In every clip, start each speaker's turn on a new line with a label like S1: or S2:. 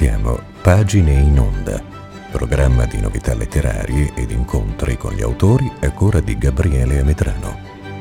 S1: presentiamo Pagine in Onda, programma di novità letterarie ed incontri con gli autori a cura di Gabriele Ametrano.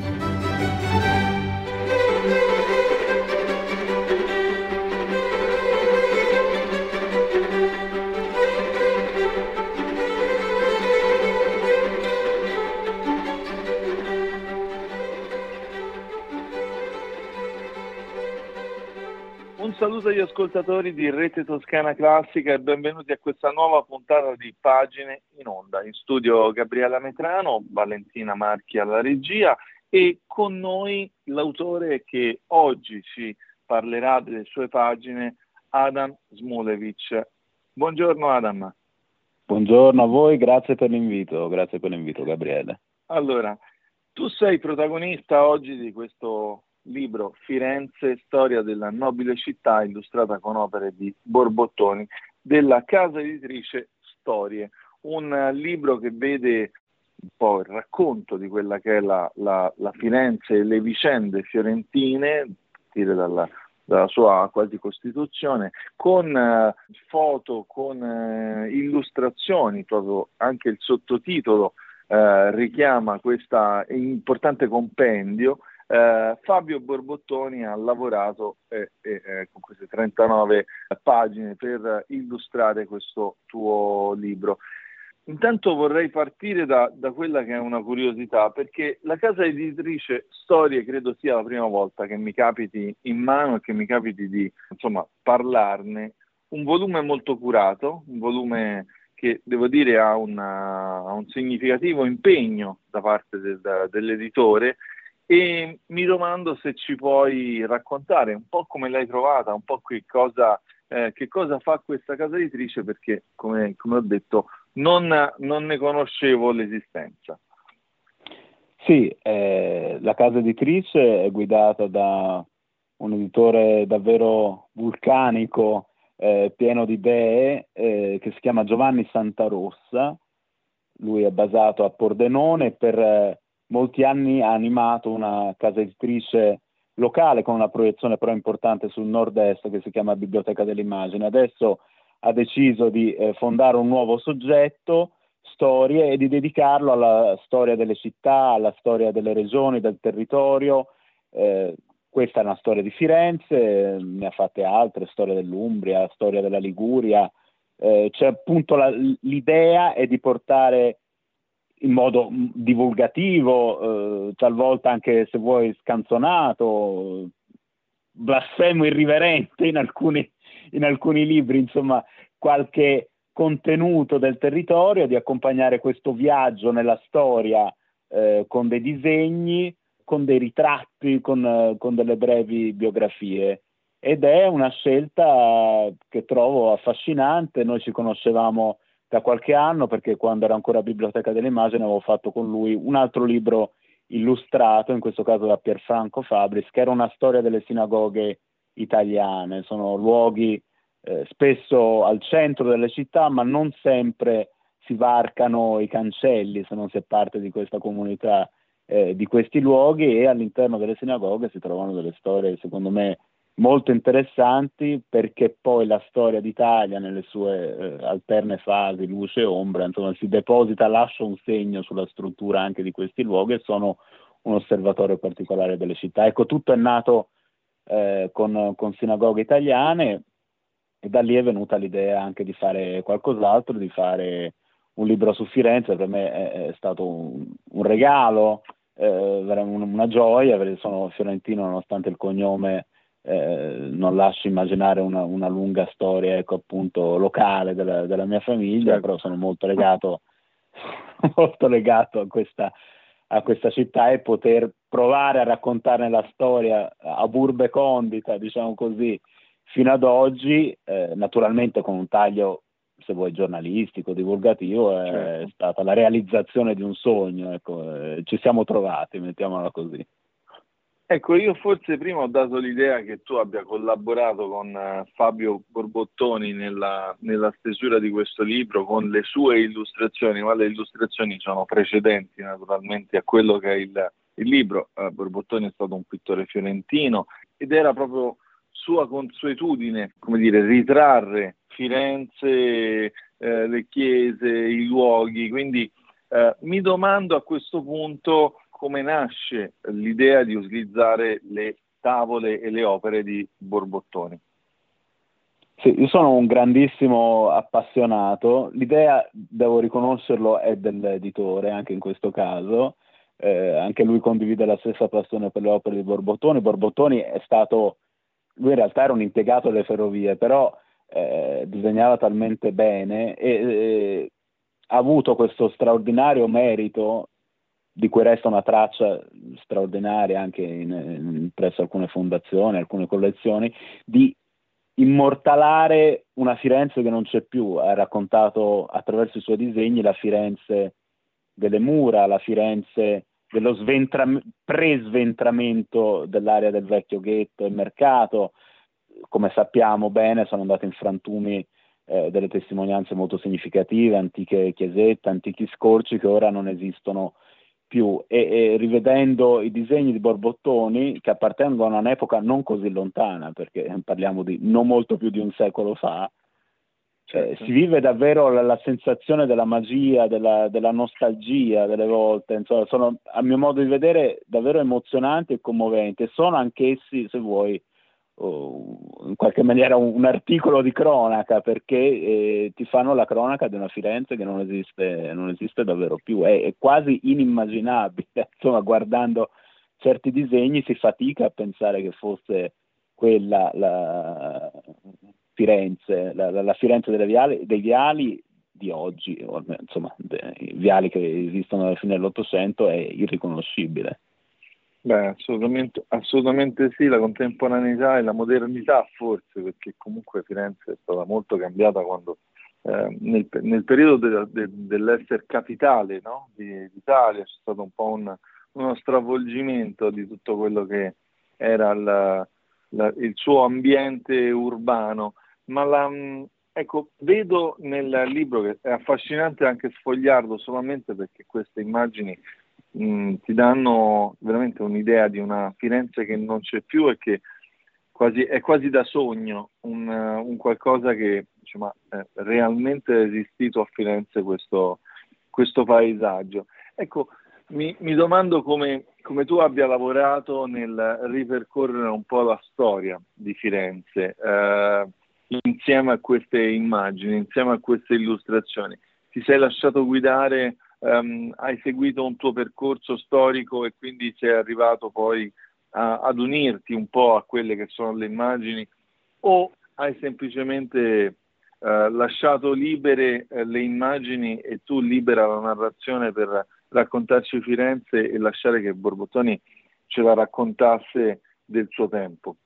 S2: Un saluto agli ascoltatori di Rete Toscana Classica e benvenuti a questa nuova puntata di Pagine in Onda. In studio Gabriele Ametrano, Valentina Marchi alla regia e con noi l'autore che oggi ci parlerà delle sue pagine, Adam Šmulewicz. Buongiorno Adam.
S3: Buongiorno a voi, grazie per l'invito Gabriele.
S2: Allora, tu sei protagonista oggi di questo libro Firenze, storia della nobile città, illustrata con opere di Borbottoni, della casa editrice Storie, un libro che vede un po' il racconto di quella che è la Firenze e le vicende fiorentine, a partire dalla sua quasi costituzione, con foto, con illustrazioni, proprio anche il sottotitolo richiama questo importante compendio. Fabio Borbottoni ha lavorato con queste 39 pagine per illustrare questo tuo libro. Intanto vorrei partire da quella che è una curiosità, perché la casa editrice Storie credo sia la prima volta che mi capiti in mano e che mi capiti di parlarne. Un volume molto curato, un volume che devo dire ha un significativo impegno da parte dell'editore. E mi domando se ci puoi raccontare un po' come l'hai trovata, un po' che cosa fa questa casa editrice, perché come ho detto non ne conoscevo l'esistenza.
S3: Sì, la casa editrice è guidata da un editore davvero vulcanico, pieno di idee, che si chiama Giovanni Santarossa. Lui è basato a Pordenone, per molti anni ha animato una casa editrice locale con una proiezione però importante sul nord-est che si chiama Biblioteca dell'Immagine. Adesso ha deciso di fondare un nuovo soggetto, Storie, e di dedicarlo alla storia delle città, alla storia delle regioni, del territorio. Questa è una storia di Firenze, ne ha fatte altre, storia dell'Umbria, storia della Liguria. C'è appunto l'idea è di portare in modo divulgativo, talvolta anche se vuoi scanzonato, blasfemo irriverente in alcuni libri, insomma qualche contenuto del territorio, di accompagnare questo viaggio nella storia con dei disegni, con dei ritratti, con delle brevi biografie. Ed è una scelta che trovo affascinante. Noi ci conoscevamo da qualche anno, perché quando era ancora a Biblioteca dell'Immagine avevo fatto con lui un altro libro illustrato, in questo caso da Pierfranco Fabris, che era una storia delle sinagoghe italiane. Sono luoghi spesso al centro delle città, ma non sempre si varcano i cancelli se non si è parte di questa comunità di questi luoghi, e all'interno delle sinagoghe si trovano delle storie, secondo me, molto interessanti, perché poi la storia d'Italia nelle sue alterne fasi, luce e ombra, insomma, si deposita, lascia un segno sulla struttura anche di questi luoghi, e sono un osservatorio particolare delle città. Ecco, tutto è nato con sinagoghe italiane, e da lì è venuta l'idea anche di fare qualcos'altro, di fare un libro su Firenze. Per me è stato un regalo, una gioia, perché sono fiorentino nonostante il cognome non lascio immaginare una lunga storia, ecco, appunto locale della mia famiglia, certo. Però sono molto legato a questa città, e poter provare a raccontarne la storia a burbe condita, diciamo così, fino ad oggi, naturalmente con un taglio, se vuoi, giornalistico, divulgativo, certo. È stata la realizzazione di un sogno, ecco, ci siamo trovati, mettiamola così.
S2: Ecco, io forse prima ho dato l'idea che tu abbia collaborato con Fabio Borbottoni nella stesura di questo libro con le sue illustrazioni, ma le illustrazioni sono precedenti naturalmente a quello che è il libro. Borbottoni è stato un pittore fiorentino ed era proprio sua consuetudine, come dire, ritrarre Firenze, le chiese, i luoghi, quindi mi domando a questo punto come nasce l'idea di utilizzare le tavole e le opere di Borbottoni.
S3: Sì, io sono un grandissimo appassionato, l'idea, devo riconoscerlo, è dell'editore anche in questo caso, anche lui condivide la stessa passione per le opere di Borbottoni. Borbottoni è stato, lui in realtà era un impiegato delle ferrovie, però disegnava talmente bene e ha avuto questo straordinario merito, di cui resta una traccia straordinaria anche presso alcune fondazioni, alcune collezioni, di immortalare una Firenze che non c'è più. Ha raccontato attraverso i suoi disegni la Firenze delle mura, la Firenze dello pre-sventramento dell'area del vecchio ghetto e mercato. Come sappiamo bene, sono andate in frantumi delle testimonianze molto significative, antiche chiesette, antichi scorci che ora non esistono più, e rivedendo i disegni di Borbottoni, che appartengono a un'epoca non così lontana, perché parliamo di non molto più di un secolo fa, certo. Si vive davvero la sensazione della magia, della nostalgia delle volte. Insomma, sono, a mio modo di vedere, davvero emozionanti e commoventi. Sono anch'essi, se vuoi, in qualche maniera un articolo di cronaca, perché ti fanno la cronaca di una Firenze che non esiste davvero più. È quasi inimmaginabile. Insomma, guardando certi disegni si fatica a pensare che fosse quella la Firenze, la Firenze dei viali di oggi, insomma, i viali che esistono alla fine dell'Ottocento, è irriconoscibile.
S2: Beh, assolutamente sì, la contemporaneità e la modernità forse, perché comunque Firenze è stata molto cambiata quando nel periodo dell'essere capitale, no? d'Italia c'è stato un po' uno stravolgimento di tutto quello che era il suo ambiente urbano, ma ecco, vedo nel libro, che è affascinante anche sfogliarlo solamente perché queste immagini ti danno veramente un'idea di una Firenze che non c'è più e che è quasi da sogno, un qualcosa che diciamo, è realmente esistito a Firenze questo paesaggio. Ecco, mi domando come tu abbia lavorato nel ripercorrere un po' la storia di Firenze insieme a queste immagini, insieme a queste illustrazioni. Ti sei lasciato guidare? Hai seguito un tuo percorso storico e quindi sei arrivato poi ad unirti un po' a quelle che sono le immagini, o hai semplicemente lasciato libere le immagini e tu libera la narrazione per raccontarci Firenze e lasciare che Borbottoni ce la raccontasse del suo tempo?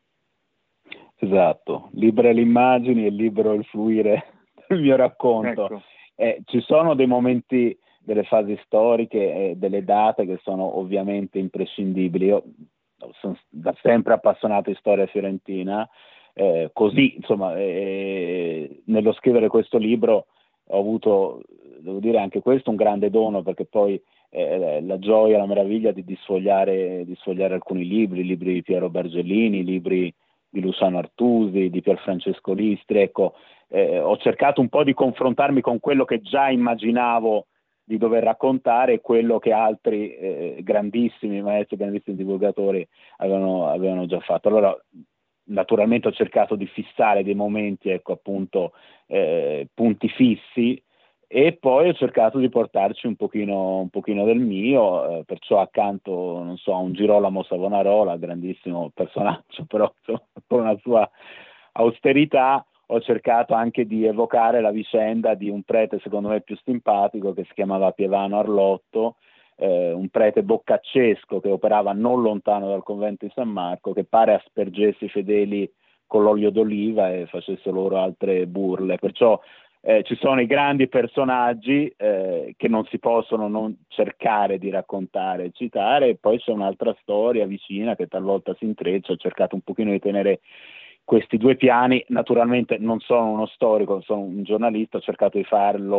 S3: Esatto, libera le immagini e libero il fluire del mio racconto.
S2: Ecco.
S3: Ci sono dei momenti, delle fasi storiche e delle date che sono ovviamente imprescindibili. Io sono da sempre appassionato di storia fiorentina, così insomma nello scrivere questo libro ho avuto, devo dire, anche questo un grande dono, perché poi la gioia, la meraviglia di sfogliare alcuni libri di Piero Bergellini, libri di Luciano Artusi, di Pierfrancesco Listri. Ecco, ho cercato un po' di confrontarmi con quello che già immaginavo di dover raccontare e quello che altri grandissimi maestri, grandissimi divulgatori avevano già fatto. Allora, naturalmente ho cercato di fissare dei momenti, ecco, appunto, punti fissi, e poi ho cercato di portarci un pochino del mio, perciò accanto, non so, a un Girolamo Savonarola, grandissimo personaggio, però insomma, con una sua austerità, ho cercato anche di evocare la vicenda di un prete secondo me più simpatico che si chiamava Pievano Arlotto, un prete boccaccesco che operava non lontano dal convento di San Marco, che pare aspergesse i fedeli con l'olio d'oliva e facesse loro altre burle. Perciò ci sono i grandi personaggi che non si possono non cercare di raccontare e citare, e poi c'è un'altra storia vicina che talvolta si intreccia. Ho cercato un pochino di tenere questi due piani. Naturalmente non sono uno storico, sono un giornalista, ho cercato di farlo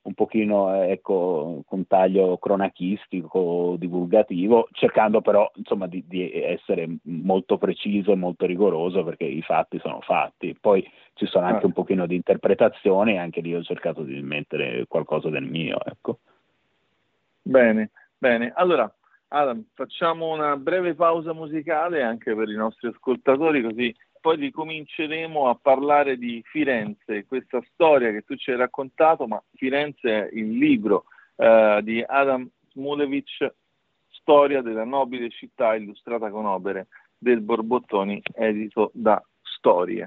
S3: un pochino ecco, con taglio cronachistico, divulgativo, cercando però insomma di essere molto preciso e molto rigoroso, perché i fatti sono fatti. Poi ci sono anche un pochino di interpretazioni, e anche lì ho cercato di mettere qualcosa del mio, ecco.
S2: Bene, bene. Allora, Adam, facciamo una breve pausa musicale anche per i nostri ascoltatori, così poi ricominceremo a parlare di Firenze, questa storia che tu ci hai raccontato, ma Firenze è il libro di Adam Szmulewicz, Storia della nobile città illustrata con opere del Borbottoni, edito da Storie.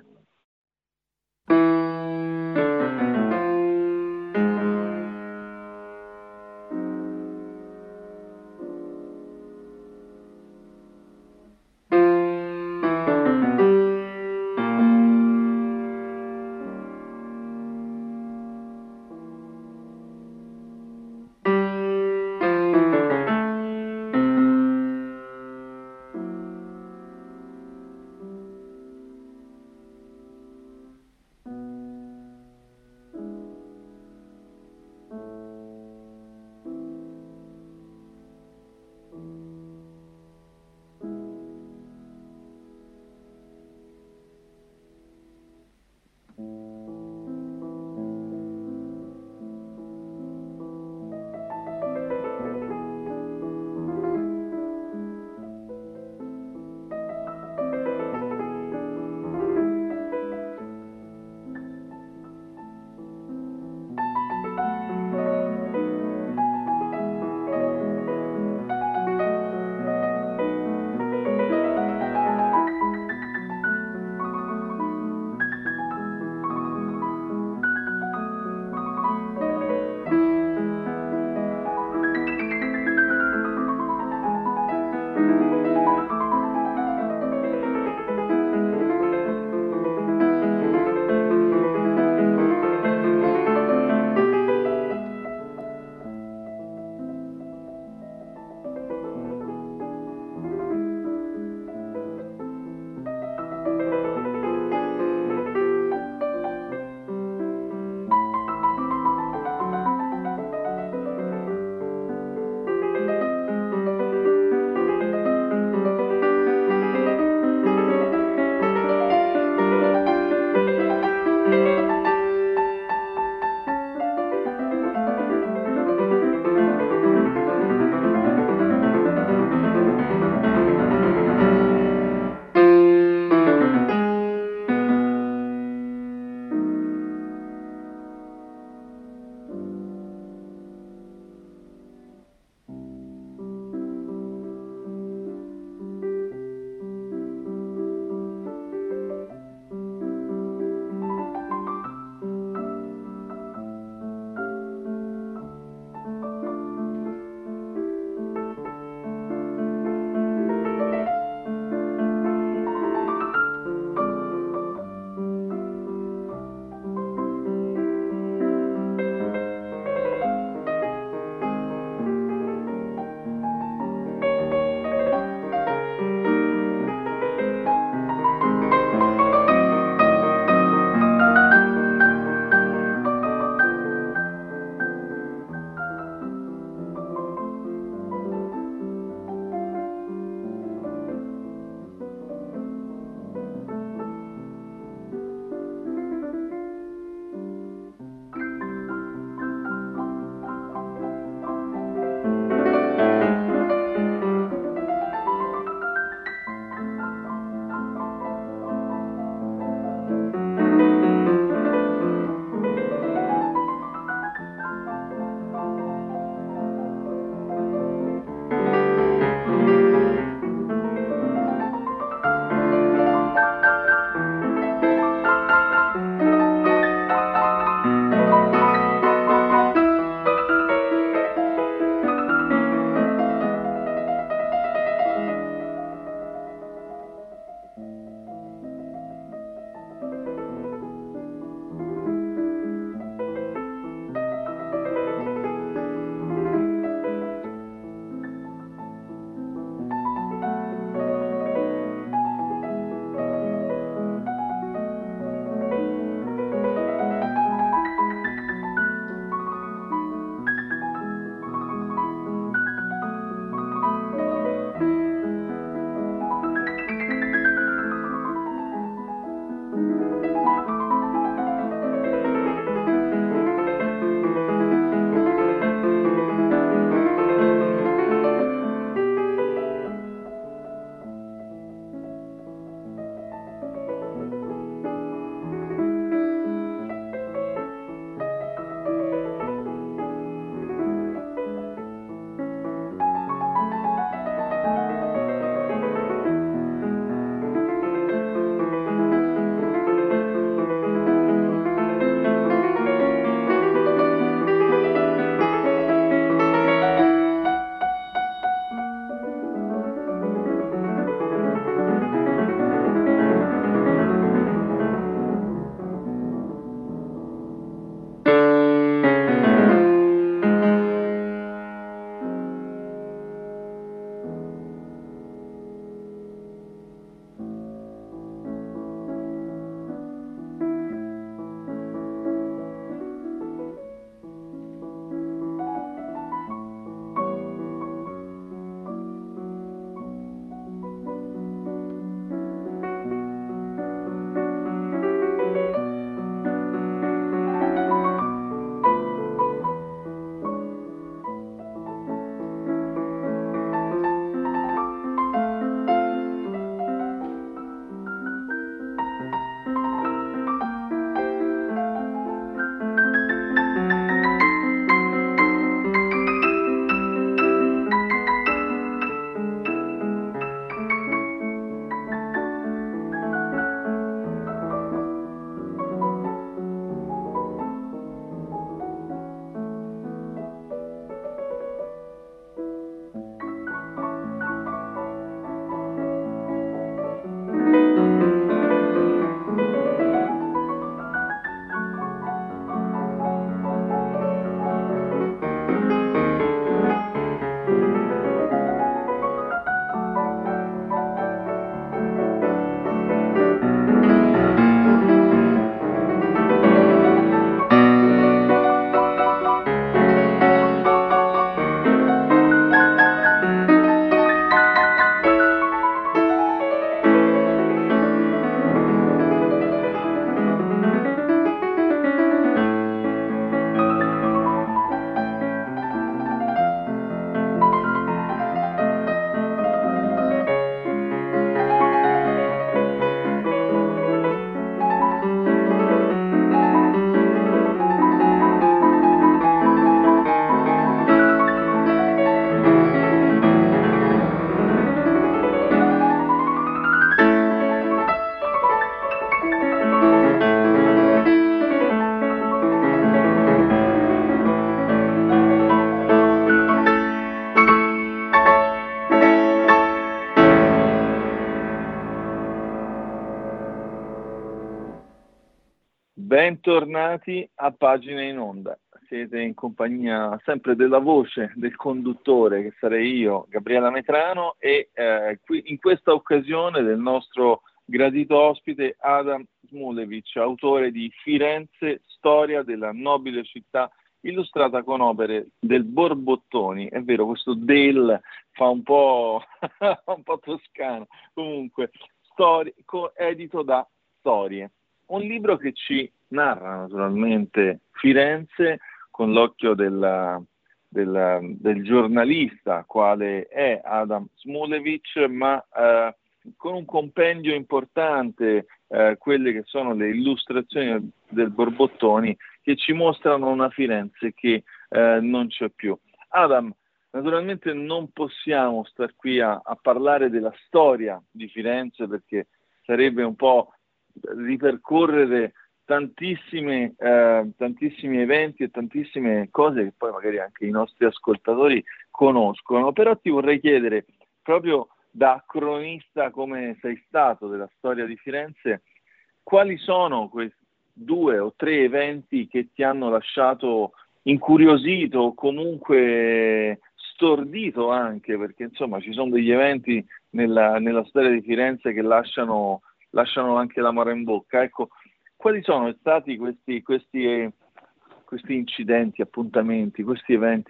S2: Bentornati a Pagine in Onda. Siete in compagnia sempre della voce del conduttore, che sarei io, Gabriele Metrano, e qui in questa occasione del nostro gradito ospite Adam Szmulewicz, autore di Firenze, storia della nobile città, illustrata con opere del Borbottoni. È vero, questo del fa un po' un po' toscano. Comunque, edito da Storie. Un libro che ci narra naturalmente Firenze con l'occhio del giornalista, quale è Adam Szmulewicz, ma con un compendio importante, quelle che sono le illustrazioni del Borbottoni, che ci mostrano una Firenze che non c'è più. Adam, naturalmente non possiamo star qui a parlare della storia di Firenze, perché sarebbe un po' ripercorrere tantissimi eventi e tantissime cose che poi magari anche i nostri ascoltatori conoscono, però ti vorrei chiedere, proprio da cronista come sei stato della storia di Firenze, quali sono questi 2 o 3 eventi che ti hanno lasciato incuriosito o comunque stordito, anche perché insomma ci sono degli eventi nella storia di Firenze che lasciano anche l'amaro in bocca. Ecco, quali sono stati questi incidenti, appuntamenti, questi eventi,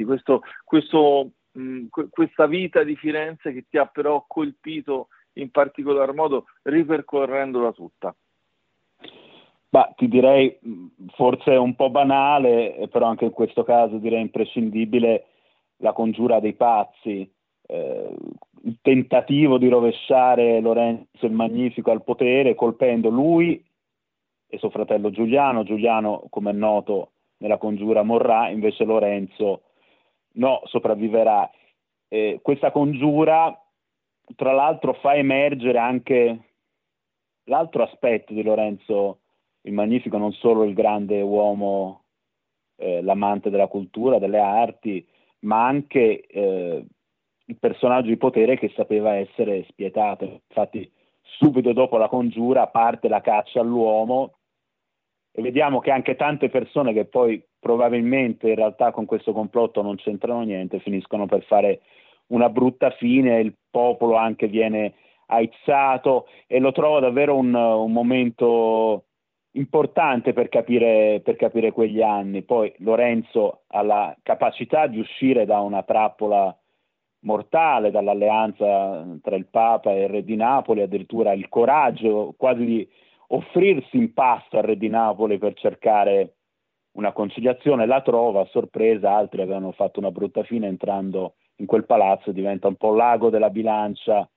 S2: questa vita di Firenze che ti ha però colpito in particolar modo ripercorrendola tutta?
S3: Ma ti direi, forse un po' banale, però anche in questo caso direi imprescindibile, la congiura dei pazzi, il tentativo di rovesciare Lorenzo il Magnifico al potere, colpendo lui e suo fratello Giuliano. Giuliano, come è noto, nella congiura morrà, invece Lorenzo no, sopravviverà. Questa congiura, tra l'altro, fa emergere anche l'altro aspetto di Lorenzo il Magnifico, non solo il grande uomo, l'amante della cultura, delle arti, ma anche il personaggio di potere che sapeva essere spietato. Infatti subito dopo la congiura parte la caccia all'uomo e vediamo che anche tante persone che poi probabilmente in realtà con questo complotto non c'entrano niente finiscono per fare una brutta fine. Il popolo anche viene aizzato e lo trovo davvero un momento importante per capire quegli anni. Poi Lorenzo ha la capacità di uscire da una trappola mortale, dall'alleanza tra il Papa e il Re di Napoli, addirittura il coraggio quasi di offrirsi in pasto al Re di Napoli per cercare una conciliazione. La trova, a sorpresa, altri avevano fatto una brutta fine entrando in quel palazzo, diventa un po' l'ago della bilancia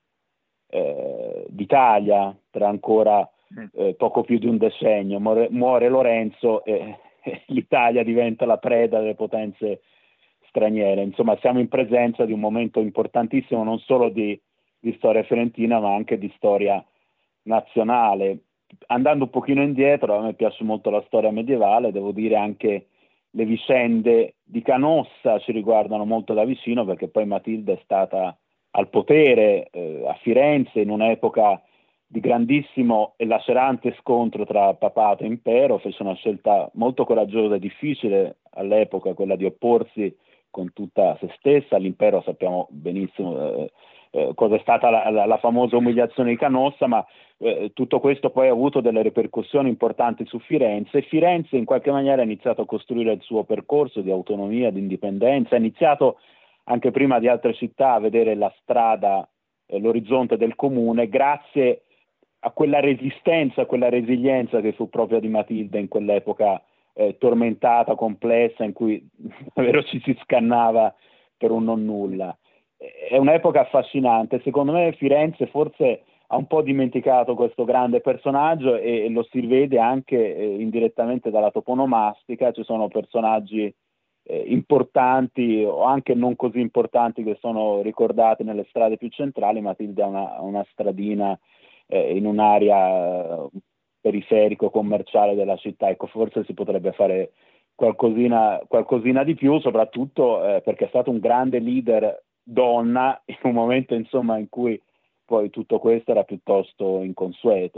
S3: d'Italia per ancora poco più di un decennio. Muore Lorenzo e l'Italia diventa la preda delle potenze straniere. Insomma, siamo in presenza di un momento importantissimo non solo di storia fiorentina, ma anche di storia nazionale. Andando un pochino indietro, a me piace molto la storia medievale, devo dire anche le vicende di Canossa ci riguardano molto da vicino, perché poi Matilde è stata al potere a Firenze in un'epoca di grandissimo e lacerante scontro tra papato e impero. Fece una scelta molto coraggiosa e difficile all'epoca, quella di opporsi con tutta se stessa. L'impero sappiamo benissimo cosa è stata la famosa umiliazione di Canossa, ma tutto questo poi ha avuto delle ripercussioni importanti su Firenze, e Firenze in qualche maniera ha iniziato a costruire il suo percorso di autonomia, di indipendenza, ha iniziato anche prima di altre città a vedere la strada, l'orizzonte del comune, grazie a quella resistenza, a quella resilienza che fu propria di Matilde in quell'epoca tormentata, complessa, in cui davvero ci si scannava per un non nulla. È un'epoca affascinante. Secondo me Firenze forse ha un po' dimenticato questo grande personaggio e lo si vede anche indirettamente dalla toponomastica. Ci sono personaggi importanti o anche non così importanti che sono ricordati nelle strade più centrali. Matilde ha una stradina in un'area periferico-commerciale della città. Ecco, forse si potrebbe fare qualcosina di più, soprattutto perché è stato un grande leader donna in un momento insomma in cui poi tutto questo era piuttosto inconsueto.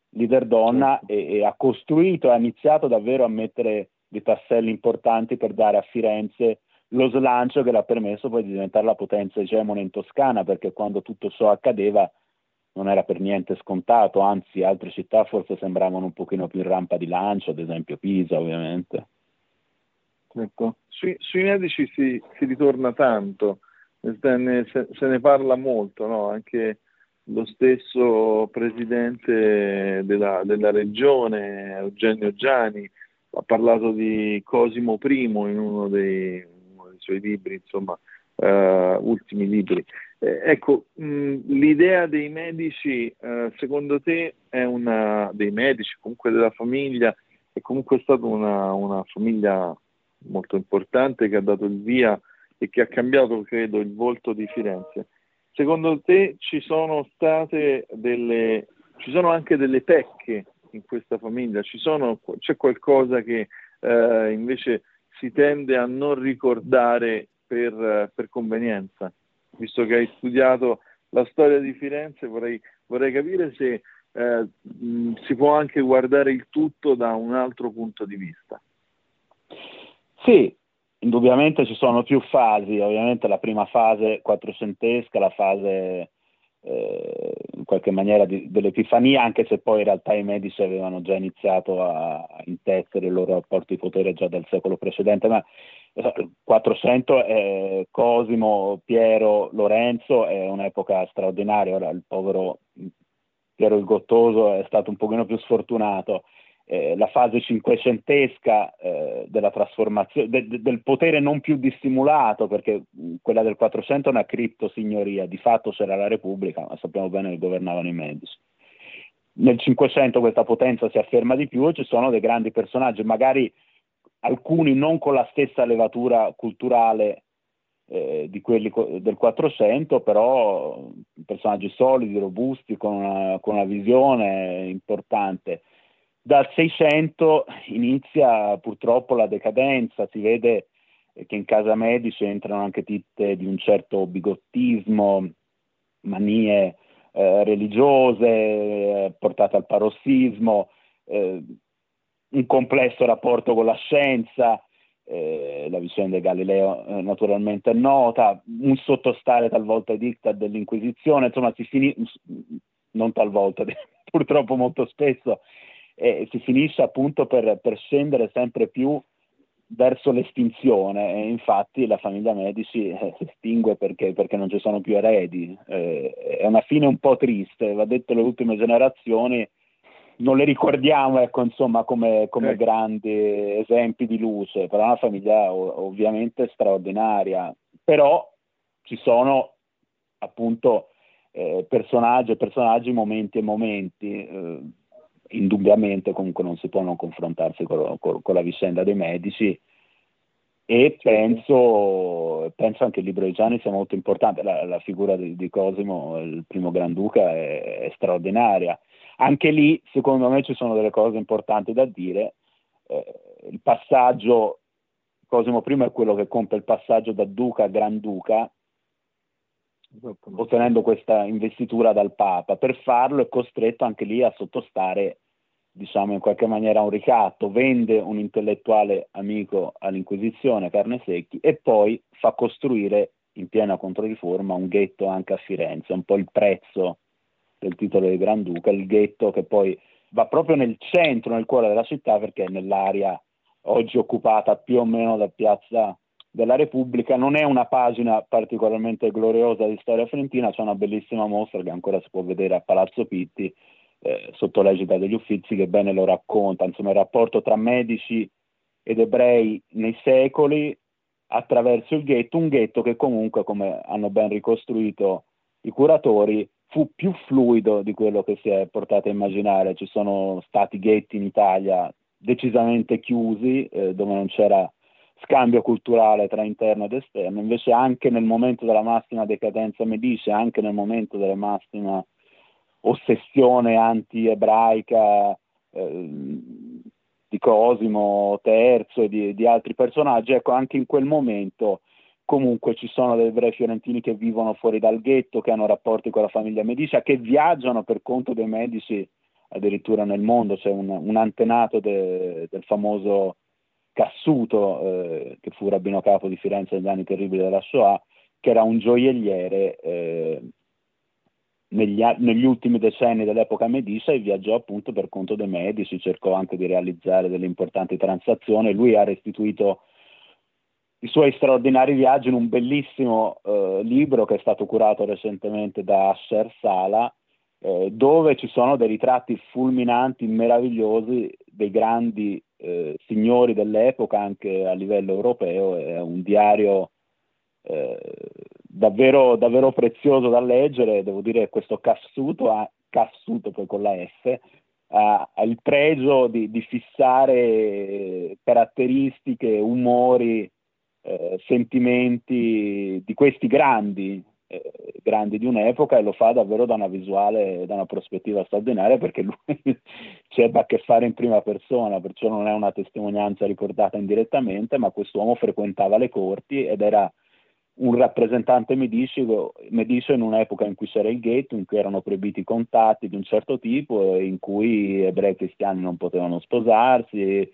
S3: leader donna,
S2: Certo.
S3: e ha costruito, ha iniziato davvero a mettere dei tasselli importanti per dare a Firenze lo slancio che le ha permesso poi di diventare la potenza egemone in Toscana, perché quando tutto ciò accadeva non era per niente scontato, anzi altre città forse sembravano un pochino più in rampa di lancio, ad esempio Pisa ovviamente.
S2: Certo. Sui medici si ritorna tanto, se ne parla molto, no? Anche lo stesso presidente della regione, Eugenio Giani, ha parlato di Cosimo I in uno dei suoi libri, insomma, ultimi libri. Ecco, l'idea dei medici, secondo te, dei medici, comunque della famiglia, è comunque stata una famiglia molto importante che ha dato il via e che ha cambiato, credo, il volto di Firenze. Secondo te ci sono anche delle pecche in questa famiglia? C'è qualcosa che invece si tende a non ricordare per convenienza? Visto che hai studiato la storia di Firenze, vorrei capire se si può anche guardare il tutto da un altro punto di vista.
S3: Sì, indubbiamente ci sono più fasi, ovviamente la prima fase quattrocentesca, la fase in qualche maniera dell'Epifania, anche se poi in realtà i medici avevano già iniziato a intessere il loro rapporto di potere già dal secolo precedente, ma il 400 Cosimo, Piero, Lorenzo è un'epoca straordinaria. Ora il povero Piero il Gottoso è stato un pochino più sfortunato. La fase cinquecentesca della trasformazione del potere non più dissimulato, perché quella del 400 è una criptosignoria, di fatto c'era la Repubblica, ma sappiamo bene che governavano i medici. Nel 500 questa potenza si afferma di più e ci sono dei grandi personaggi, magari alcuni non con la stessa levatura culturale di quelli del 400, però personaggi solidi, robusti, con una visione importante. Dal 600 inizia purtroppo la decadenza, si vede che in casa Medici entrano anche titte di un certo bigottismo, manie religiose portate al parossismo, un complesso rapporto con la scienza, la vicenda di Galileo naturalmente è nota, un sottostare talvolta ai diktat dell'Inquisizione, insomma non talvolta, purtroppo molto spesso, si finisce appunto per scendere sempre più verso l'estinzione, e infatti la famiglia Medici si estingue perché non ci sono più eredi. È una fine un po' triste, va detto, le ultime generazioni non le ricordiamo, ecco, insomma, come grandi esempi di luce, però è una famiglia ovviamente straordinaria. Però ci sono appunto personaggi, momenti e momenti. Indubbiamente comunque non si può non confrontarsi con la vicenda dei Medici, e penso anche il libro di Gianni sia molto importante. La figura di Cosimo, il primo Granduca, è straordinaria. Anche lì secondo me ci sono delle cose importanti da dire. Il passaggio, Cosimo I è quello che compie il passaggio da Duca a Granduca, ottenendo questa investitura dal Papa. Per farlo è costretto anche lì a sottostare, diciamo, in qualche maniera a un ricatto, vende un intellettuale amico all'Inquisizione, Carnesecchi, e poi fa costruire in piena Controriforma un ghetto anche a Firenze, un po' il prezzo del titolo di Granduca, il ghetto che poi va proprio nel centro, nel cuore della città, perché è nell'area oggi occupata più o meno da Piazza della Repubblica. Non è una pagina particolarmente gloriosa di storia fiorentina, c'è una bellissima mostra che ancora si può vedere a Palazzo Pitti, sotto l'egida degli Uffizi, che bene lo racconta, insomma, il rapporto tra medici ed ebrei nei secoli attraverso il ghetto, un ghetto che comunque, come hanno ben ricostruito i curatori, fu più fluido di quello che si è portato a immaginare. Ci sono stati ghetti in Italia decisamente chiusi, dove non c'era scambio culturale tra interno ed esterno, invece anche nel momento della massima decadenza Medici, anche nel momento della massima ossessione anti-ebraica di Cosimo III e di altri personaggi, ecco, anche in quel momento comunque ci sono dei ebrei fiorentini che vivono fuori dal ghetto, che hanno rapporti con la famiglia Medici, che viaggiano per conto dei Medici addirittura nel mondo. C'è un antenato del famoso Cassuto, che fu rabbino capo di Firenze negli anni terribili della Shoah, che era un gioielliere negli ultimi decenni dell'epoca Medicia, e viaggiò appunto per conto dei Medici, cercò anche di realizzare delle importanti transazioni. Lui ha restituito i suoi straordinari viaggi in un bellissimo libro che è stato curato recentemente da Asher Sala, dove ci sono dei ritratti fulminanti, meravigliosi dei grandi signori dell'epoca anche a livello europeo. È un diario davvero, davvero prezioso da leggere. Devo dire che questo Cassuto poi con la F ha il pregio di fissare caratteristiche, umori, sentimenti di questi grandi di un'epoca, e lo fa davvero da una visuale, da una prospettiva straordinaria, perché lui ci ebbe a che fare in prima persona, perciò non è una testimonianza riportata indirettamente, ma quest'uomo frequentava le corti ed era un rappresentante medicio in un'epoca in cui c'era il ghetto, in cui erano proibiti i contatti di un certo tipo, e in cui ebrei e cristiani non potevano sposarsi,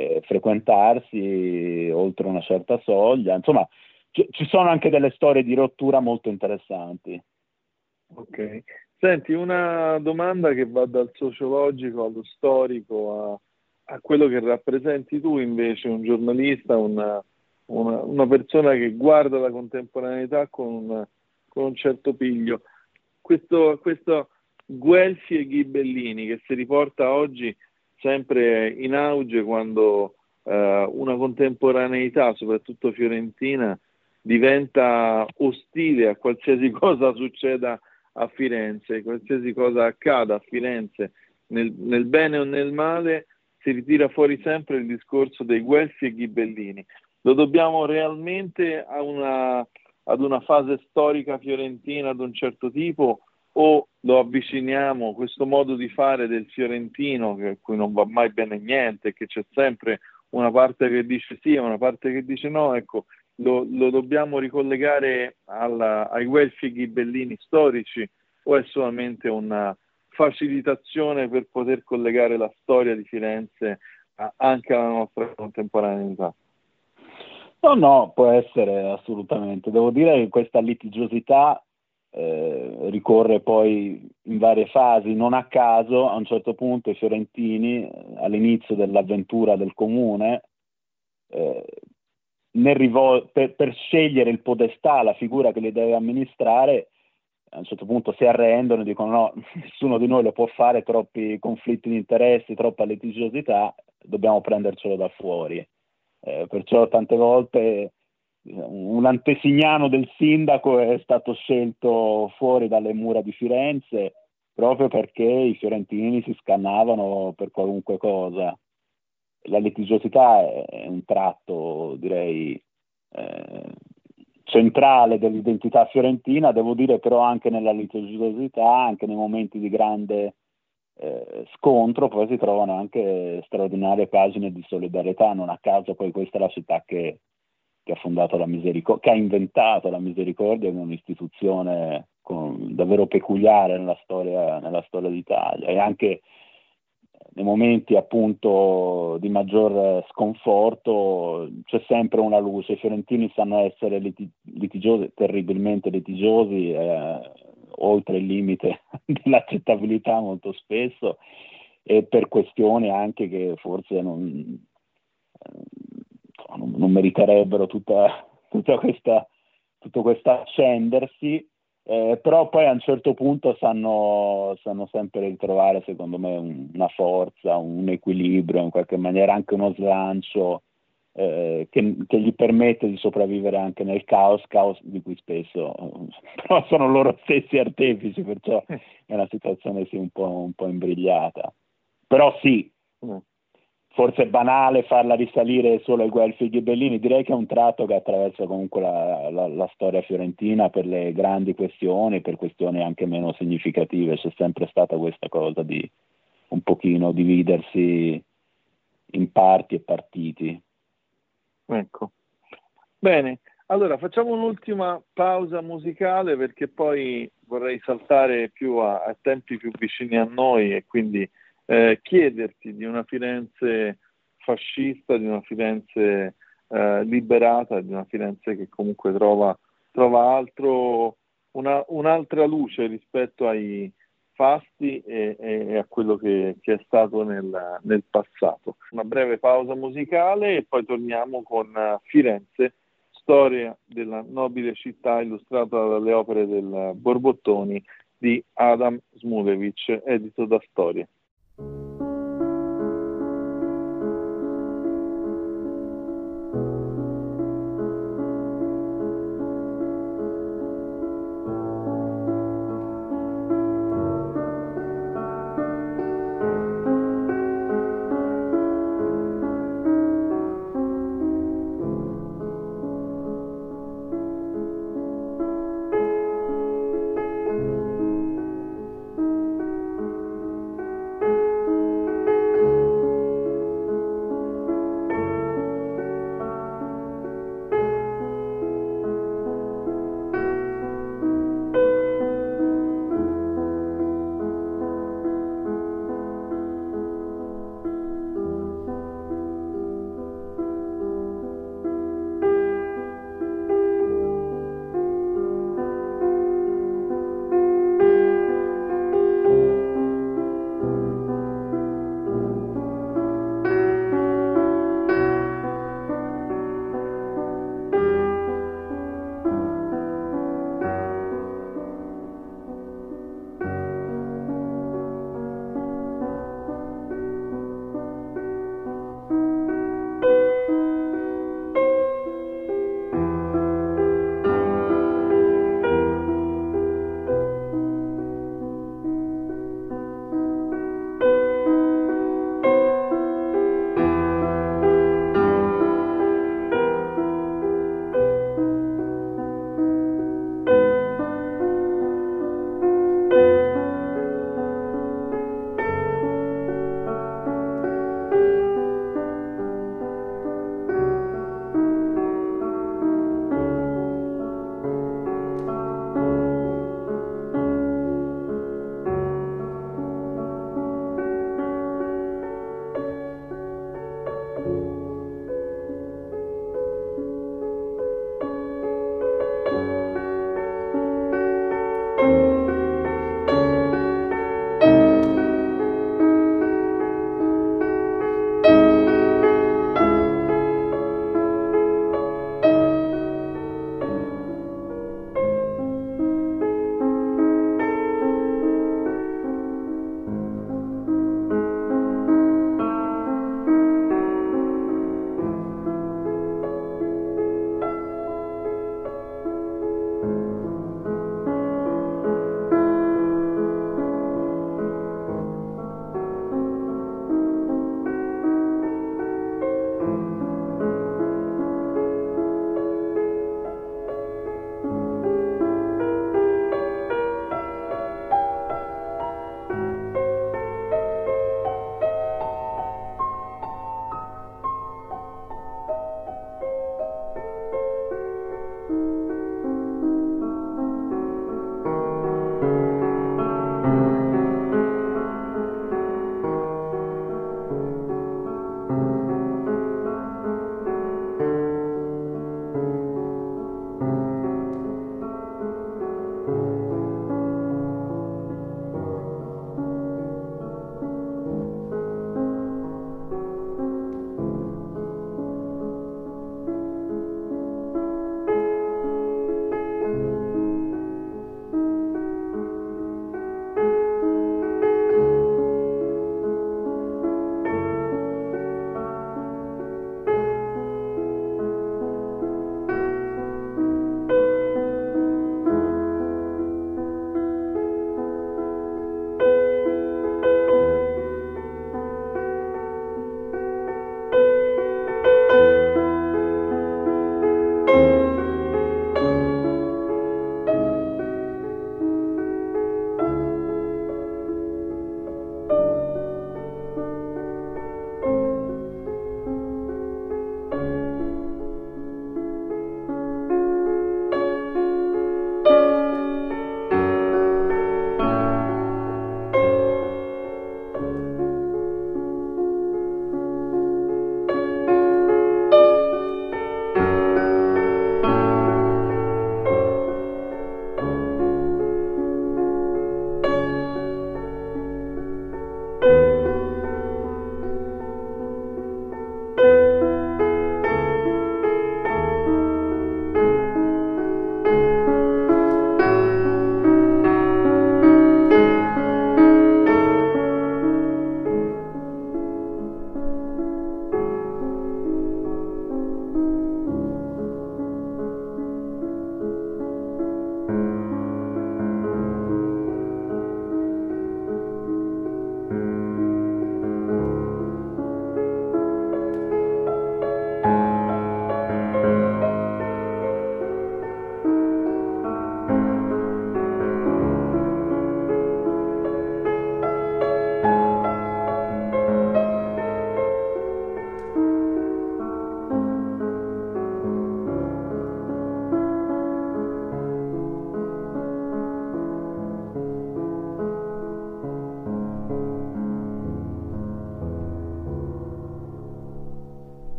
S3: frequentarsi oltre una certa soglia. Insomma, ci sono anche delle storie di rottura molto interessanti.
S2: Ok. Senti, una domanda che va dal sociologico allo storico a quello che rappresenti tu invece, un giornalista, una persona che guarda la contemporaneità con un certo piglio. Questo Guelfi e Ghibellini che si riporta oggi sempre in auge, quando una contemporaneità, soprattutto fiorentina, diventa ostile a qualsiasi cosa succeda a Firenze, qualsiasi cosa accada a Firenze, nel bene o nel male, si ritira fuori sempre il discorso dei Guelfi e Ghibellini. Lo dobbiamo realmente ad una fase storica fiorentina di un certo tipo, o lo avviciniamo, questo modo di fare del fiorentino, a cui non va mai bene niente, che c'è sempre una parte che dice sì e una parte che dice no, ecco, lo dobbiamo ricollegare ai Guelfi e Ghibellini storici, o è solamente una facilitazione per poter collegare la storia di Firenze anche alla nostra contemporaneità?
S3: No, può essere assolutamente. Devo dire che questa litigiosità ricorre poi in varie fasi. Non a caso, a un certo punto, i fiorentini, all'inizio dell'avventura del comune, per scegliere il podestà, la figura che li deve amministrare, a un certo punto si arrendono e dicono no, nessuno di noi lo può fare, troppi conflitti di interessi, troppa litigiosità, dobbiamo prendercelo da fuori. Perciò tante volte un antesignano del sindaco è stato scelto fuori dalle mura di Firenze, proprio perché i fiorentini si scannavano per qualunque cosa. La litigiosità è un tratto, direi, centrale dell'identità fiorentina. Devo dire però anche nella litigiosità, anche nei momenti di grande scontro, poi si trovano anche straordinarie pagine di solidarietà. Non a caso poi questa è la città che ha fondato la Misericordia, che ha inventato la Misericordia, che è un'istituzione davvero peculiare nella storia d'Italia, e anche nei momenti appunto di maggior sconforto c'è sempre una luce. I fiorentini sanno essere litigiosi, terribilmente litigiosi, oltre il limite dell'accettabilità molto spesso, e per questioni anche che forse non meriterebbero tutto questo accendersi, però poi a un certo punto sanno sempre ritrovare, secondo me, una forza, un equilibrio, in qualche maniera anche uno slancio che gli permette di sopravvivere anche nel caos di cui spesso però sono loro stessi artefici, perciò è una situazione sì un po' imbrigliata. Però sì, forse è banale farla risalire solo ai Guelfi e Ghibellini. Direi che è un tratto che attraversa comunque la storia fiorentina, per le grandi questioni, per questioni anche meno significative. C'è sempre stata questa cosa di un pochino dividersi in parti e partiti.
S2: Ecco. Bene, Allora, facciamo un'ultima pausa musicale perché poi vorrei saltare più a tempi più vicini a noi e quindi chiederti di una Firenze fascista, di una Firenze liberata, di una Firenze che comunque trova un'altra luce rispetto ai fasti e a quello che è stato nel passato. Una breve pausa musicale e poi torniamo con Firenze, storia della nobile città illustrata dalle opere del Borbottoni di Adam Smulevic, edito da Storia.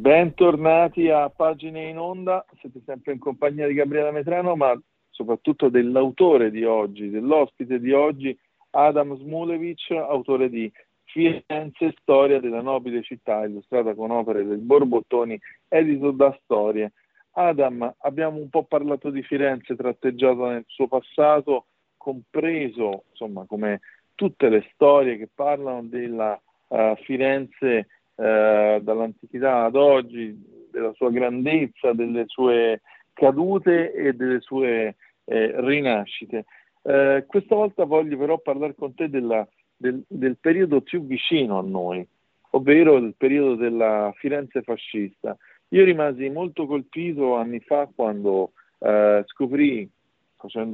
S2: Bentornati a Pagine in Onda, siete sempre in compagnia di Gabriele Metrano, ma soprattutto dell'autore di oggi, dell'ospite di oggi, Adam Szmulewicz, autore di Firenze, storia della nobile città, illustrata con opere del Borbottoni, edito da Storie. Adam, abbiamo un po' parlato di Firenze, tratteggiato nel suo passato, compreso, insomma, come tutte le storie che parlano della Firenze dall'antichità ad oggi, della sua grandezza, delle sue cadute e delle sue rinascite. Questa volta voglio però parlare con te del periodo più vicino a noi, ovvero il periodo della Firenze fascista. Io rimasi molto colpito anni fa quando scoprì, facendo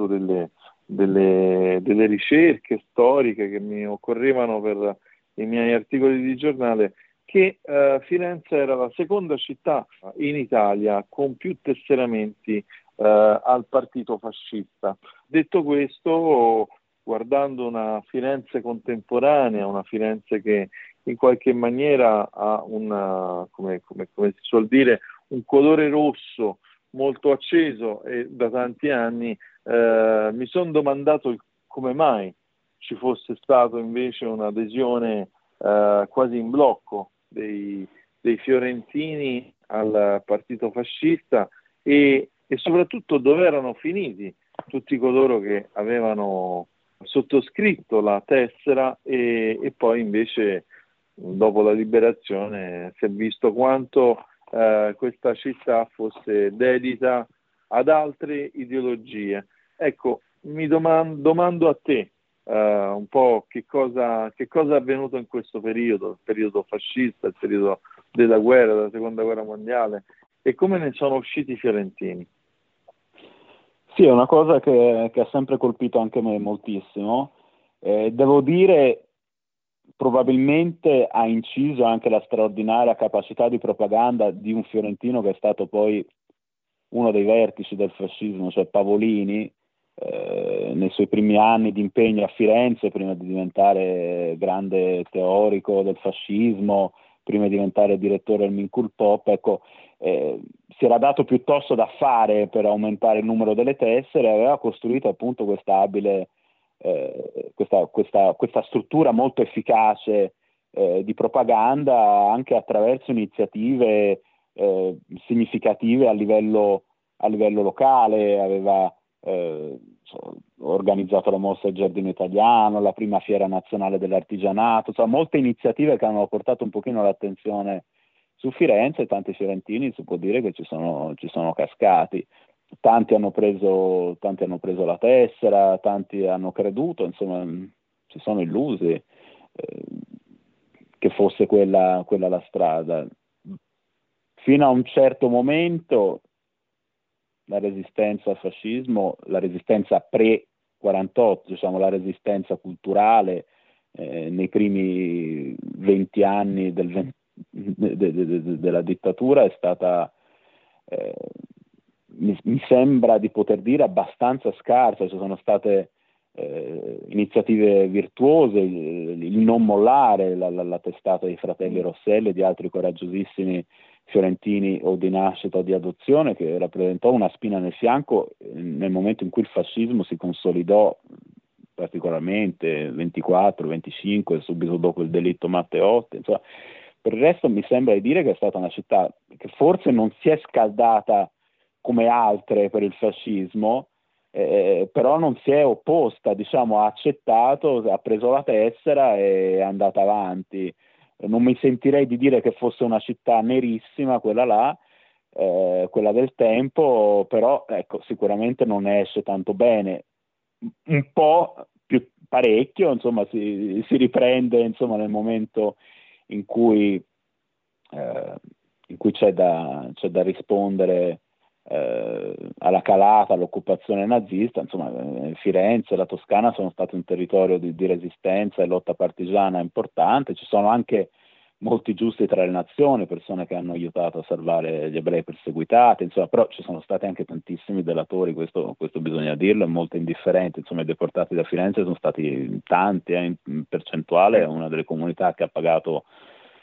S2: delle ricerche storiche che mi occorrevano per i miei articoli di giornale, che Firenze era la seconda città in Italia con più tesseramenti al partito fascista. Detto questo, guardando una Firenze contemporanea, una Firenze che in qualche maniera ha come si suol dire, un colore rosso molto acceso e da tanti anni, mi sono domandato come mai ci fosse stato invece un'adesione quasi in blocco dei fiorentini al partito fascista e soprattutto dove erano finiti tutti coloro che avevano sottoscritto la tessera e poi invece dopo la liberazione si è visto quanto questa città fosse dedita ad altre ideologie. Ecco, mi domando a te un po' che cosa è avvenuto in questo periodo, il periodo fascista, il periodo della guerra, della seconda guerra mondiale, e come ne sono usciti i fiorentini.
S3: Sì, è una cosa che ha sempre colpito anche me moltissimo. Devo dire, probabilmente ha inciso anche la straordinaria capacità di propaganda di un fiorentino che è stato poi uno dei vertici del fascismo, cioè Pavolini, nei suoi primi anni di impegno a Firenze, prima di diventare grande teorico del fascismo, prima di diventare direttore del Minculpop, ecco, si era dato piuttosto da fare per aumentare il numero delle tessere e aveva costruito appunto questa abile, questa struttura molto efficace di propaganda anche attraverso iniziative significative a livello locale. Aveva organizzato la mostra del Giardino Italiano, la prima fiera nazionale dell'artigianato, insomma molte iniziative che hanno portato un pochino l'attenzione su Firenze, e tanti fiorentini si può dire che ci sono cascati. Tanti hanno preso la tessera, tanti hanno creduto, insomma si sono illusi che fosse quella la strada. Fino a un certo momento la resistenza al fascismo, la resistenza pre-48, diciamo la resistenza culturale nei primi 20 anni della dittatura è stata, mi sembra di poter dire, abbastanza scarsa. Ci sono state iniziative virtuose, il non mollare, la testata dei fratelli Rosselli e di altri coraggiosissimi fiorentini o di nascita o di adozione, che rappresentò una spina nel fianco nel momento in cui il fascismo si consolidò, particolarmente 24-25, subito dopo il delitto Matteotti. Insomma, per il resto mi sembra di dire che è stata una città che forse non si è scaldata come altre per il fascismo, però non si è opposta, diciamo, ha accettato, ha preso la tessera e è andata avanti. Non mi sentirei di dire che fosse una città nerissima quella là, quella del tempo, però ecco, sicuramente non esce tanto bene, un po' più parecchio, insomma si riprende, insomma, nel momento in cui c'è da rispondere alla calata, all'occupazione nazista. Insomma, Firenze e la Toscana sono stati un territorio di resistenza e lotta partigiana importante. Ci sono anche molti giusti tra le nazioni, persone che hanno aiutato a salvare gli ebrei perseguitati, insomma, però ci sono stati anche tantissimi delatori, questo bisogna dirlo, e molto indifferenti. Insomma, i deportati da Firenze sono stati tanti, in percentuale è una delle comunità che ha pagato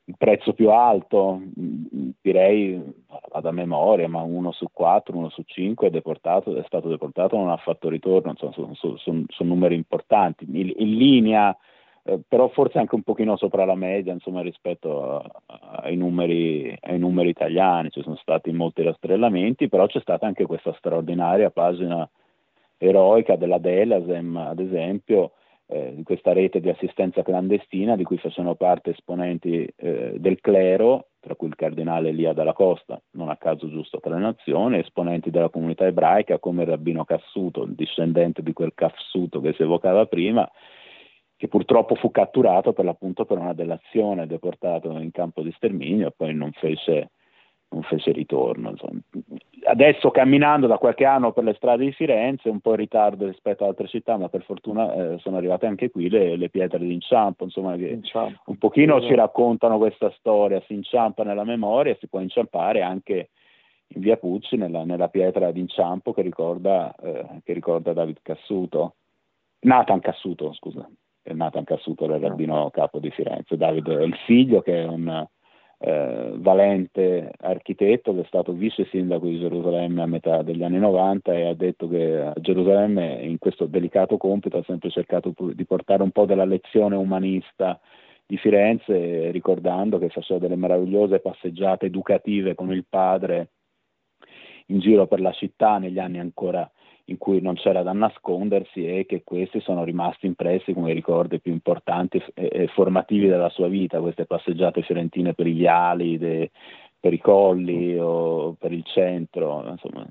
S3: il prezzo più alto, direi, vado a memoria, ma 1 su 4, 1 su 5 è stato deportato, non ha fatto ritorno, insomma, sono numeri importanti, in linea, però forse anche un pochino sopra la media, insomma, rispetto ai numeri italiani. Ci sono stati molti rastrellamenti, però c'è stata anche questa straordinaria pagina eroica della Delasem, ad esempio, di questa rete di assistenza clandestina di cui facevano parte esponenti del clero, tra cui il cardinale Elia dalla Costa, non a caso giusto tra le nazioni, esponenti della comunità ebraica come il rabbino Cassuto, il discendente di quel Cassuto che si evocava prima, che purtroppo fu catturato per l'appunto per una delazione, deportato in campo di sterminio e poi non fece ritorno. Insomma. Adesso camminando da qualche anno per le strade di Firenze, un po' in ritardo rispetto ad altre città, ma per fortuna sono arrivate anche qui le pietre d'inciampo, insomma, che un pochino ci raccontano questa storia, si inciampa nella memoria, si può inciampare anche in via Pucci nella pietra d'inciampo che ricorda David Cassuto, Nathan Cassuto, scusa. Nathan Cassuto era il rabbino capo di Firenze. David è il figlio, che è un valente architetto, che è stato vice sindaco di Gerusalemme a metà degli anni 90 e ha detto che a Gerusalemme in questo delicato compito ha sempre cercato di portare un po' della lezione umanista di Firenze, ricordando che faceva delle meravigliose passeggiate educative con il padre in giro per la città negli anni ancora in cui non c'era da nascondersi, e che questi sono rimasti impressi come i ricordi più importanti e formativi della sua vita, queste passeggiate fiorentine per i viali, per i colli o per il centro, insomma.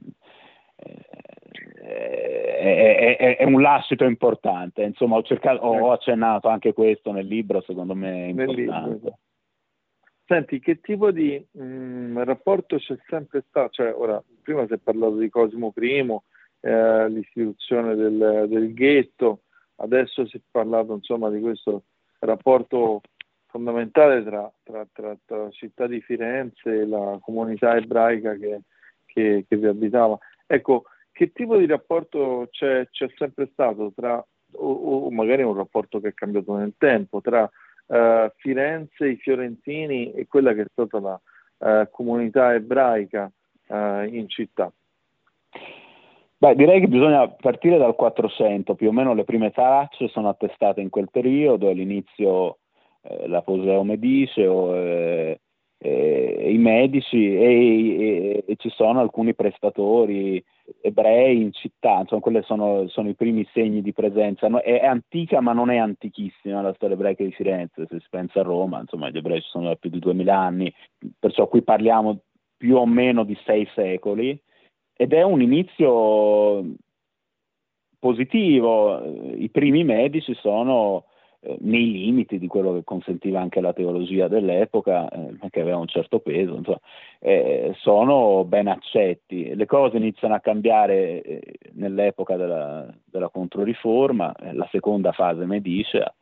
S3: È un lascito importante, insomma, ho accennato anche questo nel libro, secondo me è importante.
S2: Senti, che tipo di rapporto c'è sempre stato? Cioè, ora, prima si è parlato di Cosimo I, l'istituzione del ghetto, adesso si è parlato, insomma, di questo rapporto fondamentale tra la città di Firenze e la comunità ebraica che vi abitava. Ecco, che tipo di rapporto c'è sempre stato o magari un rapporto che è cambiato nel tempo, tra Firenze, i fiorentini e quella che è stata la comunità ebraica in città?
S3: Beh, direi che bisogna partire dal 400, più o meno le prime tracce sono attestate in quel periodo, all'inizio l'Aposeo Mediceo, i medici e ci sono alcuni prestatori ebrei in città, insomma quelli sono i primi segni di presenza. È antica ma non è antichissima la storia ebraica di Firenze, se si pensa a Roma, insomma gli ebrei ci sono da più di 2000 anni, perciò qui parliamo più o meno di 6 secoli, ed è un inizio positivo. I primi medici sono nei limiti di quello che consentiva anche la teologia dell'epoca, che aveva un certo peso, insomma, sono ben accetti. Le cose iniziano a cambiare nell'epoca della Controriforma, la seconda fase medicea,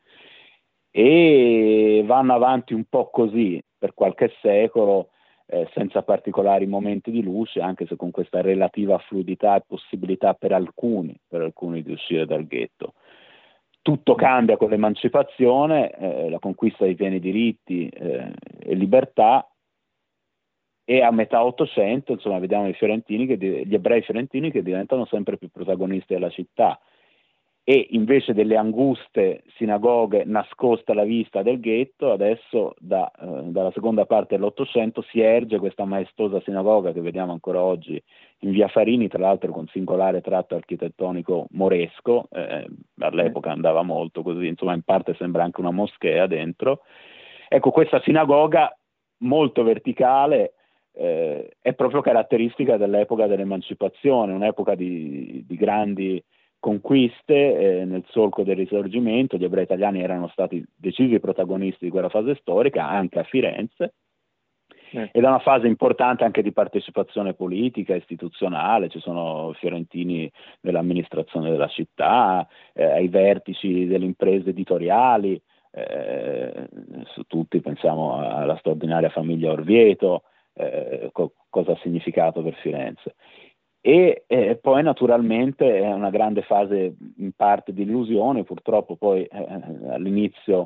S3: e vanno avanti un po' così per qualche secolo, senza particolari momenti di luce, anche se con questa relativa fluidità e possibilità per alcuni di uscire dal ghetto. Tutto cambia con l'emancipazione, la conquista di pieni diritti e libertà, e a metà Ottocento, insomma, vediamo gli ebrei fiorentini che diventano sempre più protagonisti della città, e invece delle anguste sinagoghe nascoste alla vista del ghetto, adesso dalla seconda parte dell'Ottocento si erge questa maestosa sinagoga che vediamo ancora oggi in via Farini, tra l'altro con singolare tratto architettonico moresco, all'epoca andava molto così, insomma in parte sembra anche una moschea dentro. Ecco, questa sinagoga molto verticale è proprio caratteristica dell'epoca dell'emancipazione, un'epoca di grandi conquiste nel solco del Risorgimento. Gli ebrei italiani erano stati decisi protagonisti di quella fase storica anche a Firenze, ed è una fase importante anche di partecipazione politica, istituzionale. Ci sono fiorentini nell'amministrazione della città, ai vertici delle imprese editoriali, su tutti pensiamo alla straordinaria famiglia Orvieto, cosa ha significato per Firenze. E poi naturalmente è una grande fase in parte di illusione, purtroppo poi all'inizio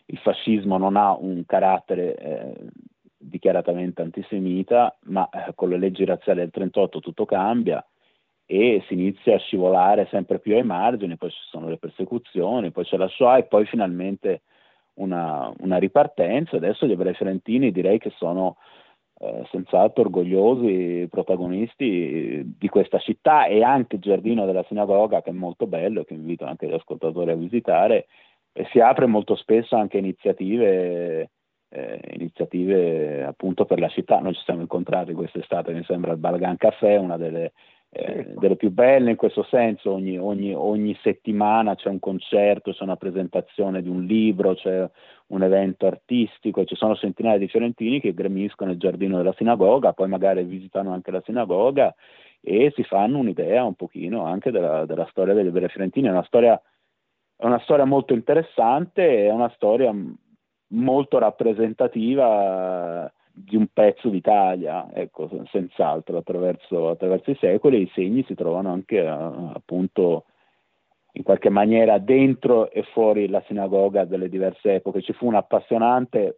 S3: il fascismo non ha un carattere dichiaratamente antisemita, ma con le leggi razziali del 38 tutto cambia e si inizia a scivolare sempre più ai margini, poi ci sono le persecuzioni, poi c'è la Shoah e poi finalmente una ripartenza. Adesso gli ebrei fiorentini direi che sono senz'altro orgogliosi protagonisti di questa città, e anche il giardino della sinagoga, che è molto bello e che invito anche gli ascoltatori a visitare, e si apre molto spesso anche iniziative appunto per la città. Noi ci siamo incontrati quest'estate, mi sembra, al Balagan Café, una delle più belle in questo senso. Ogni settimana c'è un concerto, c'è una presentazione di un libro, c'è un evento artistico, e ci sono centinaia di fiorentini che gremiscono il giardino della sinagoga, poi magari visitano anche la sinagoga e si fanno un'idea un pochino anche della storia degli ebrei fiorentini. È una storia molto interessante, è una storia molto rappresentativa di un pezzo d'Italia, ecco, senz'altro. Attraverso i secoli i segni si trovano anche appunto in qualche maniera dentro e fuori la sinagoga delle diverse epoche. Ci fu un appassionante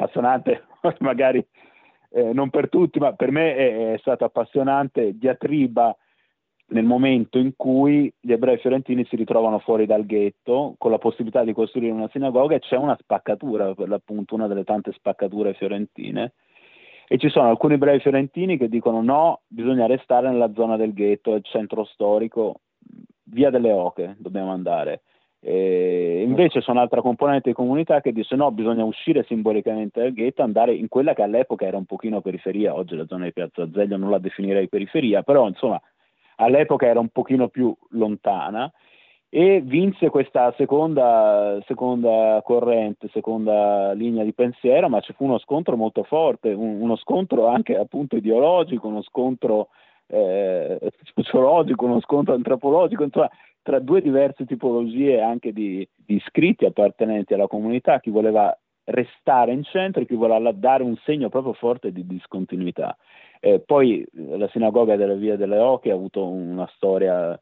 S3: magari non per tutti, ma per me è stato appassionante, diatriba nel momento in cui gli ebrei fiorentini si ritrovano fuori dal ghetto con la possibilità di costruire una sinagoga, e c'è una spaccatura, per l'appunto una delle tante spaccature fiorentine, e ci sono alcuni ebrei fiorentini che dicono no, bisogna restare nella zona del ghetto, il centro storico, via delle Oche dobbiamo andare. E invece c'è un'altra componente di comunità che dice no, bisogna uscire simbolicamente dal ghetto, andare in quella che all'epoca era un pochino periferia. Oggi la zona di Piazza Azeglio non la definirei periferia, però insomma all'epoca era un pochino più lontana, e vinse questa seconda corrente, seconda linea di pensiero, ma ci fu uno scontro molto forte, uno scontro anche appunto ideologico, uno scontro sociologico, uno scontro antropologico, insomma, tra due diverse tipologie anche di iscritti appartenenti alla comunità, chi voleva restare in centro e chi voleva dare un segno proprio forte di discontinuità. Poi la sinagoga della Via delle Oche ha avuto una storia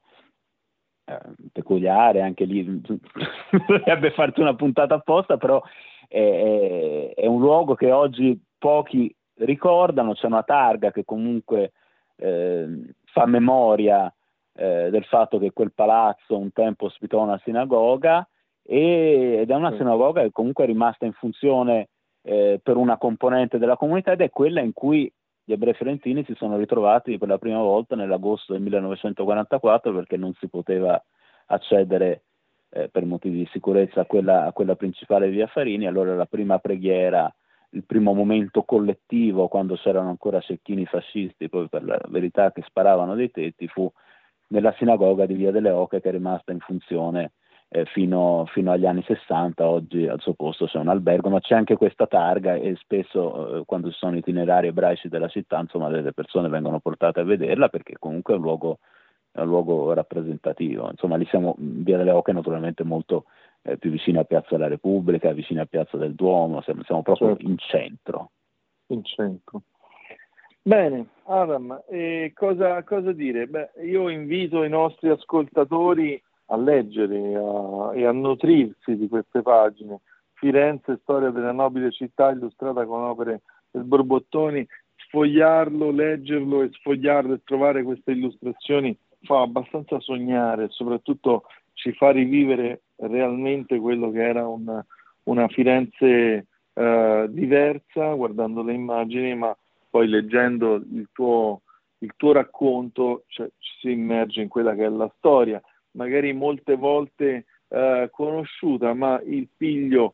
S3: peculiare, anche lì dovrebbe farti una puntata apposta, però è un luogo che oggi pochi ricordano. C'è una targa che comunque fa memoria del fatto che quel palazzo un tempo ospitò una sinagoga, ed è una sinagoga che comunque è rimasta in funzione per una componente della comunità, ed è quella in cui gli ebrei fiorentini si sono ritrovati per la prima volta nell'agosto del 1944, perché non si poteva accedere per motivi di sicurezza a quella principale via Farini. Allora la prima preghiera, il primo momento collettivo, quando c'erano ancora cecchini fascisti, poi per la verità che sparavano dei tetti, fu nella sinagoga di Via delle Oche, che è rimasta in funzione fino agli anni 60. Oggi al suo posto c'è un albergo, ma c'è anche questa targa, e spesso quando ci sono itinerari ebraici della città, insomma, le persone vengono portate a vederla, perché comunque è un luogo rappresentativo. Insomma, lì siamo in Via delle Oche, naturalmente molto più vicini a Piazza della Repubblica, vicini a Piazza del Duomo, siamo proprio in centro.
S2: In centro. Bene, Adam, cosa dire? Beh, io invito i nostri ascoltatori a leggere e a nutrirsi di queste pagine. Firenze, storia della nobile città, illustrata con opere del Borbottoni. Sfogliarlo, leggerlo e sfogliarlo e trovare queste illustrazioni fa abbastanza sognare, soprattutto ci fa rivivere realmente quello che era una Firenze diversa, guardando le immagini, ma poi leggendo il tuo racconto, cioè, ci si immerge in quella che è la storia, magari molte volte conosciuta, ma il figlio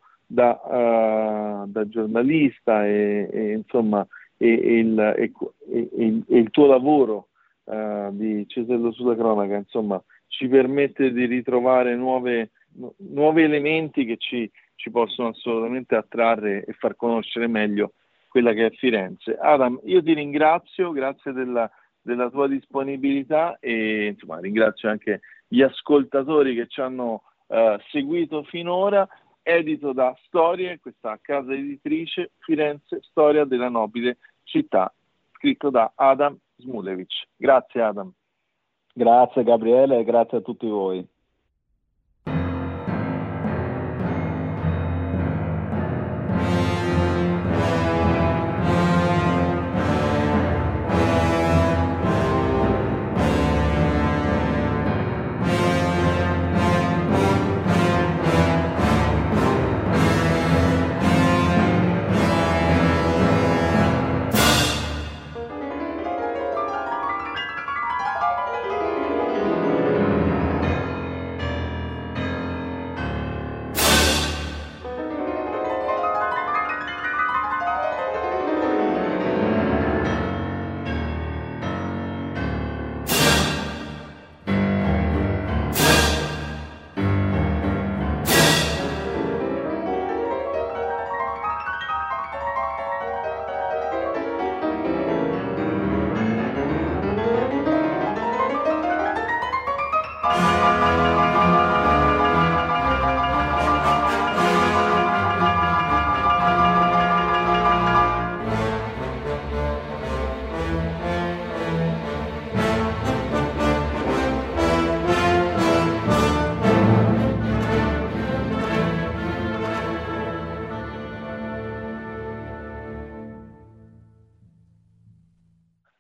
S2: da giornalista e il tuo lavoro di Cesello sulla cronaca, insomma, ci permette di ritrovare nuovi elementi che ci possono assolutamente attrarre e far conoscere meglio quella che è Firenze. Adam, io ti ringrazio, grazie della tua disponibilità, e insomma ringrazio anche gli ascoltatori che ci hanno seguito finora. Edito da Storie, questa casa editrice, Firenze, storia della nobile città, scritto da Adam Smulevich. Grazie Adam.
S3: Grazie Gabriele, e grazie a tutti voi.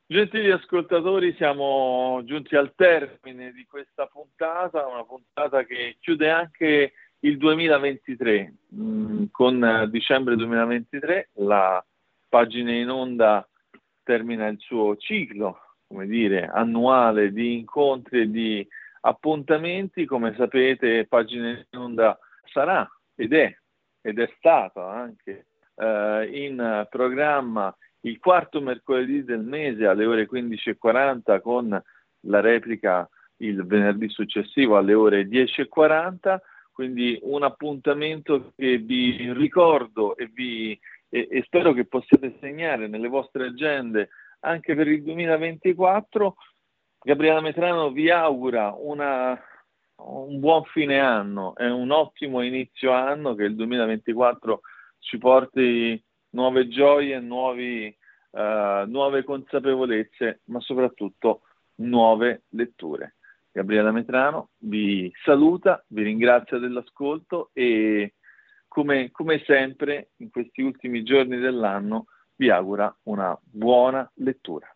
S2: Gentili ascoltatori, siamo giunti al termine di questa puntata, una puntata che chiude anche il 2023. Con dicembre 2023 la pagina in onda termina il suo ciclo, come dire, annuale di incontri e di appuntamenti. Come sapete, pagina in onda sarà ed è stata anche in programma il quarto mercoledì del mese alle ore 15:40, con la replica il venerdì successivo alle ore 10:40, quindi un appuntamento che vi ricordo e spero che possiate segnare nelle vostre agende anche per il 2024. Gabriela Metrano vi augura un buon fine anno e un ottimo inizio anno, che il 2024 ci porti nuove gioie, nuove consapevolezze, ma soprattutto nuove letture. Gabriela Metrano vi saluta, vi ringrazia dell'ascolto e come sempre in questi ultimi giorni dell'anno vi augura una buona lettura.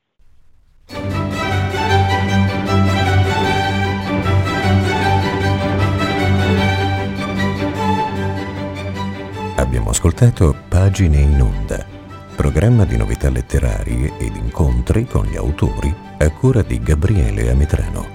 S1: Abbiamo ascoltato Pagine in Onda, programma di novità letterarie ed incontri con gli autori a cura di Gabriele Ametrano.